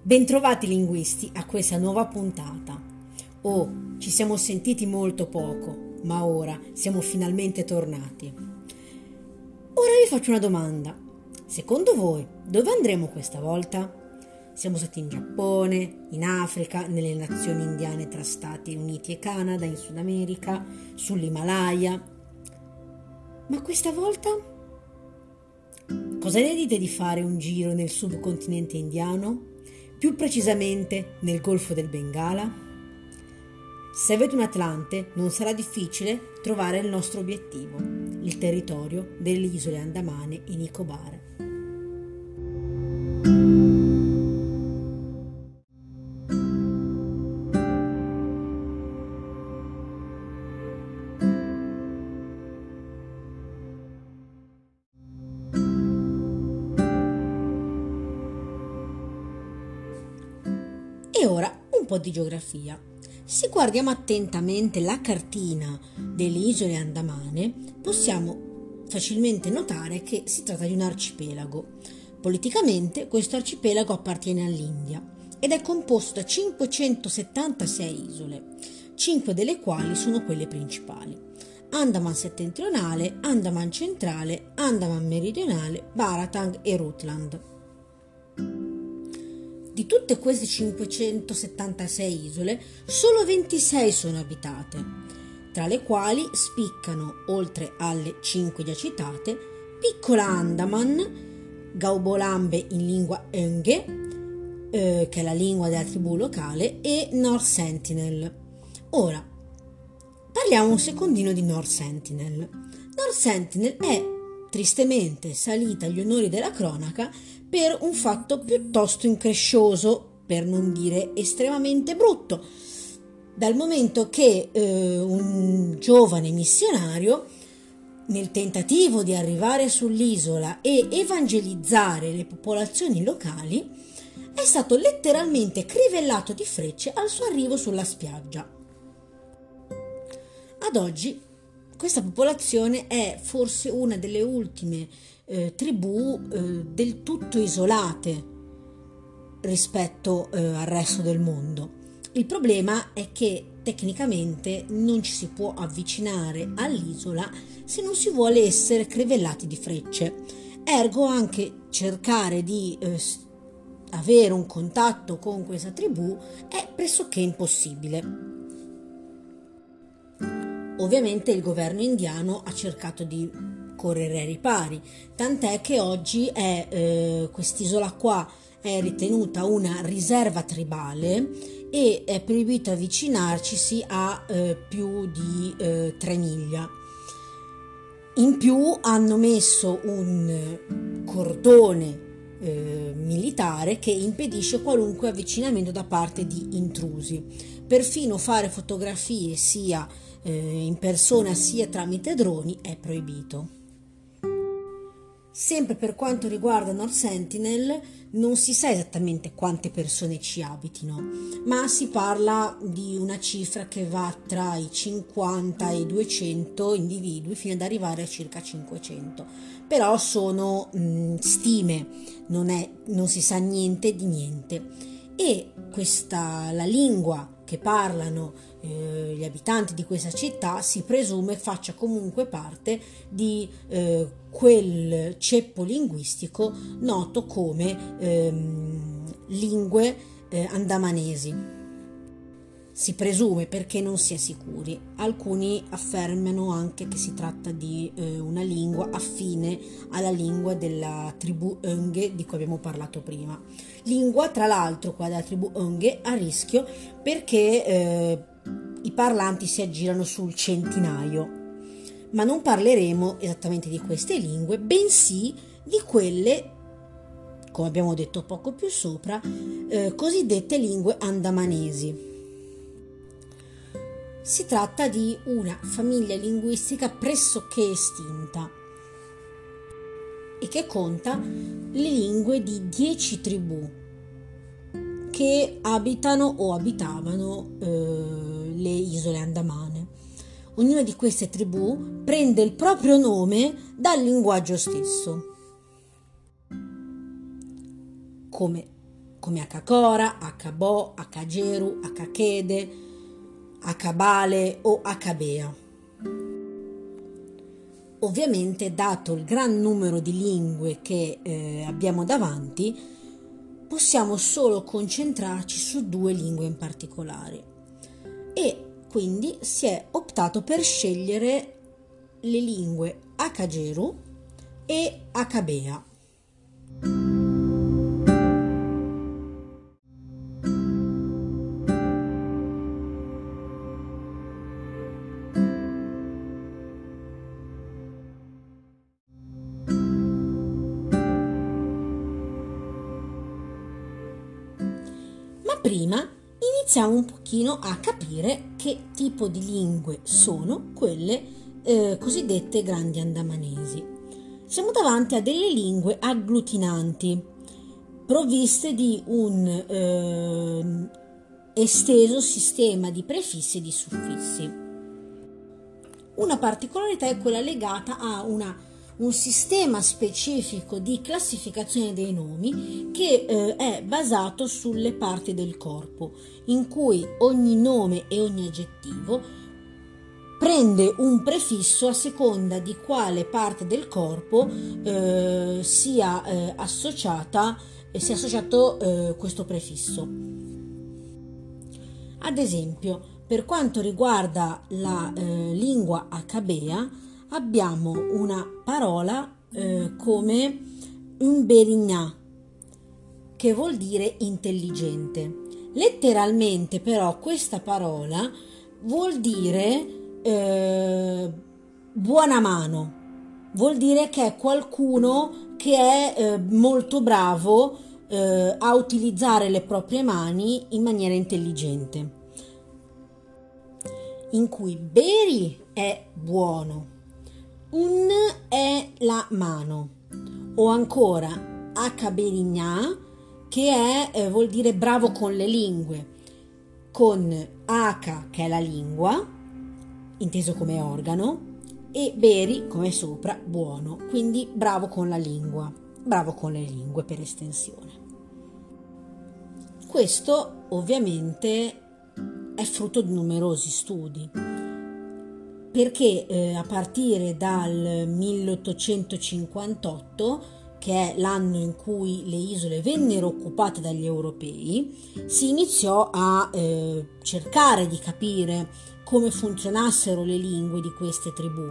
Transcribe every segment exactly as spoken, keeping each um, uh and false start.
Bentrovati linguisti a questa nuova puntata. Oh, ci siamo sentiti molto poco, ma ora siamo finalmente tornati. Ora vi faccio una domanda. Secondo voi, dove andremo questa volta? Siamo stati in Giappone, in Africa, nelle nazioni indiane tra Stati Uniti e Canada, in Sud America, sull'Himalaya. Ma questa volta? Cosa ne dite di fare un giro nel subcontinente indiano? Più precisamente nel Golfo del Bengala? Se avete un Atlante non sarà difficile trovare il nostro obiettivo, il territorio delle isole Andamane e Nicobar. E ora un po' di geografia. Se guardiamo attentamente la cartina delle isole Andamane, possiamo facilmente notare che si tratta di un arcipelago. Politicamente questo arcipelago appartiene all'India ed è composto da cinquecentosettantasei isole, cinque delle quali sono quelle principali: Andaman settentrionale, Andaman centrale, Andaman meridionale, Baratang e Rutland. Di tutte queste cinquecentosettantasei isole, solo ventisei sono abitate, tra le quali spiccano, oltre alle cinque già citate, Piccola Andaman, Gaubolambe in lingua Öngge, eh, che è la lingua della tribù locale, e North Sentinel. Ora, parliamo un secondino di North Sentinel. North Sentinel è tristemente salita agli onori della cronaca per un fatto piuttosto increscioso, per non dire estremamente brutto, dal momento che eh, un giovane missionario, nel tentativo di arrivare sull'isola e evangelizzare le popolazioni locali, è stato letteralmente crivellato di frecce al suo arrivo sulla spiaggia. Ad oggi questa popolazione è forse una delle ultime eh, tribù eh, del tutto isolate rispetto eh, al resto del mondo. Il problema è che tecnicamente non ci si può avvicinare all'isola se non si vuole essere crivellati di frecce. Ergo anche cercare di eh, avere un contatto con questa tribù è pressoché impossibile. Ovviamente il governo indiano ha cercato di correre ai ripari, tant'è che oggi è eh, quest'isola qua è ritenuta una riserva tribale e è proibito avvicinarcisi a eh, più di eh, tre miglia. In più hanno messo un cordone eh, militare che impedisce qualunque avvicinamento da parte di intrusi. Perfino fare fotografie sia in persona sia tramite droni è proibito. Sempre per quanto riguarda North Sentinel non si sa esattamente quante persone ci abitino, ma si parla di una cifra che va tra i cinquanta e i duecento individui fino ad arrivare a circa cinquecento. Però sono mh, stime, non, è, non si sa niente di niente. E questa, la lingua che parlano eh, gli abitanti di questa città si presume faccia comunque parte di eh, quel ceppo linguistico noto come ehm, lingue eh, andamanesi. Si presume perché non si è sicuri. Alcuni affermano anche che si tratta di eh, una lingua affine alla lingua della tribù Öngge di cui abbiamo parlato prima. Lingua, tra l'altro, quella della tribù Öngge a rischio perché eh, i parlanti si aggirano sul centinaio. Ma non parleremo esattamente di queste lingue, bensì di quelle, come abbiamo detto poco più sopra, eh, cosiddette lingue andamanesi. Si tratta di una famiglia linguistica pressoché estinta e che conta le lingue di dieci tribù che abitano o abitavano eh, le isole Andamane. Ognuna di queste tribù prende il proprio nome dal linguaggio stesso. Come come Akakora, Akabo, Akajeru, Akakede, Akabale o Akabea. Ovviamente, dato il gran numero di lingue che eh, abbiamo davanti, possiamo solo concentrarci su due lingue in particolare e quindi si è optato per scegliere le lingue Akajeru e Akabea. Ma prima iniziamo un pochino a capire che tipo di lingue sono quelle eh, cosiddette grandi andamanesi. Siamo davanti a delle lingue agglutinanti, provviste di un eh, esteso sistema di prefissi e di suffissi. Una particolarità è quella legata a una un sistema specifico di classificazione dei nomi che eh, è basato sulle parti del corpo, in cui ogni nome e ogni aggettivo prende un prefisso a seconda di quale parte del corpo eh, sia eh, associata eh, sia associato eh, questo prefisso. Ad esempio, per quanto riguarda la eh, lingua akabea, abbiamo una parola eh, come Mberignà, che vuol dire intelligente. Letteralmente, però, questa parola vuol dire eh, buona mano, vuol dire che è qualcuno che è eh, molto bravo eh, a utilizzare le proprie mani in maniera intelligente. In cui Beri è buono, Un è la mano, o ancora Akaberignà, che è, eh, vuol dire bravo con le lingue, con Aka, che è la lingua, inteso come organo, e Beri, come sopra, buono, quindi bravo con la lingua, bravo con le lingue per estensione. Questo ovviamente è frutto di numerosi studi, perché eh, a partire dal milleottocentocinquantotto, che è l'anno in cui le isole vennero occupate dagli europei, si iniziò a eh, cercare di capire come funzionassero le lingue di queste tribù.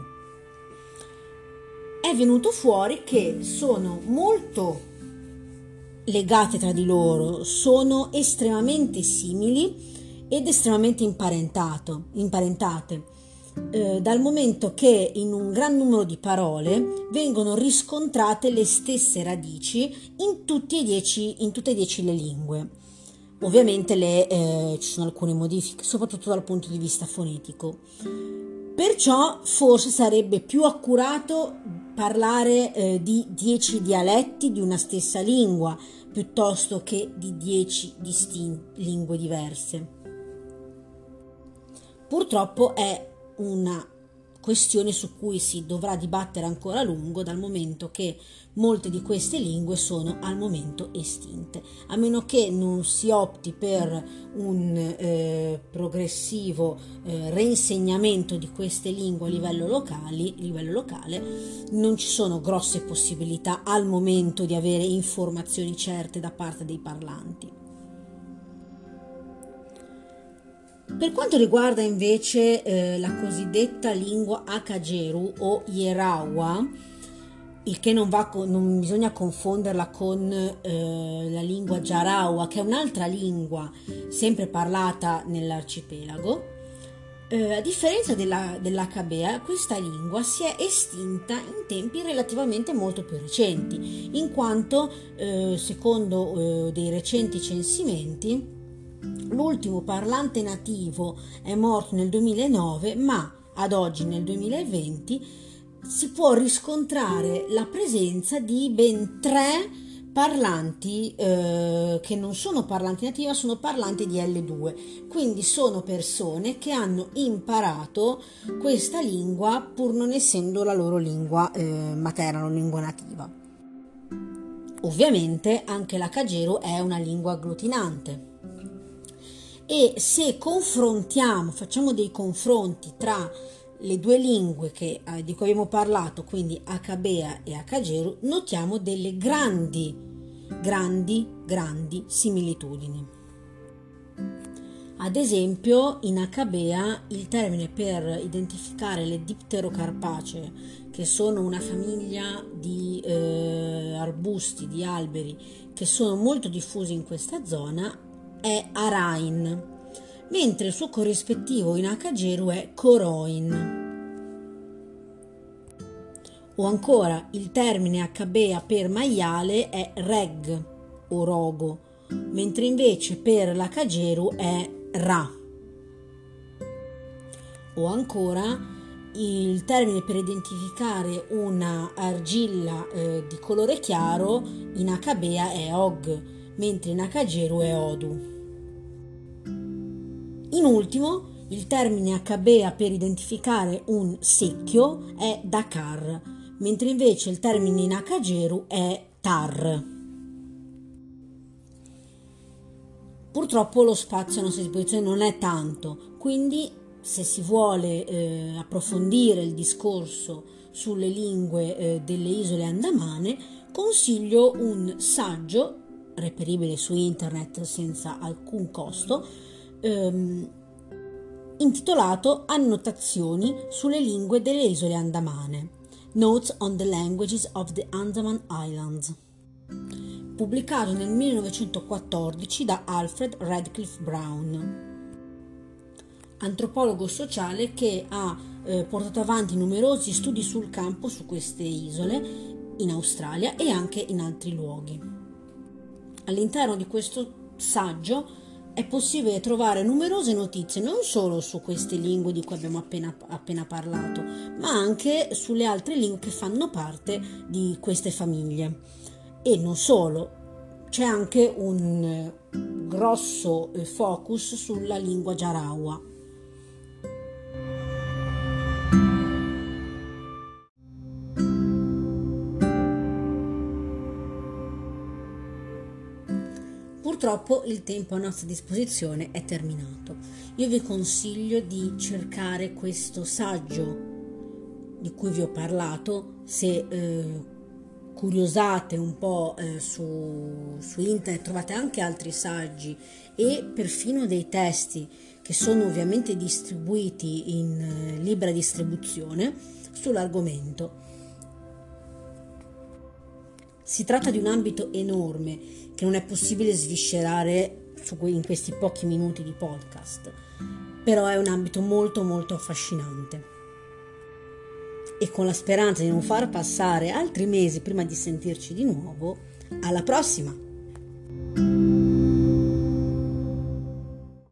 È venuto fuori che sono molto legate tra di loro, sono estremamente simili ed estremamente imparentato, imparentate. Eh, dal momento che in un gran numero di parole vengono riscontrate le stesse radici in, tutti e dieci, in tutte e dieci le lingue. Ovviamente le, eh, ci sono alcune modifiche, soprattutto dal punto di vista fonetico. Perciò forse sarebbe più accurato parlare eh, di dieci dialetti di una stessa lingua piuttosto che di dieci distinte lingue diverse. Purtroppo è una questione su cui si dovrà dibattere ancora a lungo, dal momento che molte di queste lingue sono al momento estinte, a meno che non si opti per un eh, progressivo eh, reinsegnamento di queste lingue a livello, locali, livello locale. Non ci sono grosse possibilità al momento di avere informazioni certe da parte dei parlanti. Per quanto riguarda invece eh, la cosiddetta lingua Akajeru o Yerawa, il che non, va con, non bisogna confonderla con eh, la lingua Jarawa, che è un'altra lingua sempre parlata nell'arcipelago, eh, a differenza della, dell'Akabea, questa lingua si è estinta in tempi relativamente molto più recenti, in quanto eh, secondo eh, dei recenti censimenti l'ultimo parlante nativo è morto nel duemilanove, ma ad oggi, nel duemilaventi, si può riscontrare la presenza di ben tre parlanti eh, che non sono parlanti nativi, ma sono parlanti di elle due. Quindi sono persone che hanno imparato questa lingua pur non essendo la loro lingua eh, materna o lingua nativa. Ovviamente anche l'Akagero è una lingua agglutinante. E se confrontiamo, facciamo dei confronti tra le due lingue che, eh, di cui abbiamo parlato, quindi Akabea e Akagero, notiamo delle grandi, grandi, grandi similitudini. Ad esempio, in Akabea il termine per identificare le dipterocarpacee, che sono una famiglia di eh, arbusti, di alberi, che sono molto diffusi in questa zona, è Arain, mentre il suo corrispettivo in Akagero è Koroin. O ancora, il termine Akabea per maiale è Reg o Rogo, mentre invece per l'Akagero è Ra. O ancora, il termine per identificare una argilla eh, di colore chiaro in Akabea è Og, mentre in Akagero è Odu. In ultimo, il termine Akabea per identificare un secchio è Dakar, mentre invece il termine in Akagero è Tar. Purtroppo lo spazio a nostra disposizione non è tanto, quindi se si vuole eh, approfondire il discorso sulle lingue eh, delle isole andamane, consiglio un saggio reperibile su internet senza alcun costo, ehm, intitolato Annotazioni sulle lingue delle isole andamane, Notes on the Languages of the Andaman Islands, pubblicato nel millenovecentoquattordici da Alfred Radcliffe Brown, antropologo sociale che ha eh, portato avanti numerosi studi sul campo su queste isole in Australia e anche in altri luoghi. All'interno di questo saggio è possibile trovare numerose notizie non solo su queste lingue di cui abbiamo appena, appena parlato, ma anche sulle altre lingue che fanno parte di queste famiglie. E non solo, c'è anche un grosso focus sulla lingua Jarawa. Purtroppo il tempo a nostra disposizione è terminato. Io vi consiglio di cercare questo saggio di cui vi ho parlato, se eh, curiosate un po' eh, su, su internet trovate anche altri saggi e perfino dei testi che sono ovviamente distribuiti in eh, libera distribuzione sull'argomento. Si tratta di un ambito enorme che non è possibile sviscerare su, in questi pochi minuti di podcast, però è un ambito molto molto affascinante. E con la speranza di non far passare altri mesi prima di sentirci di nuovo, alla prossima!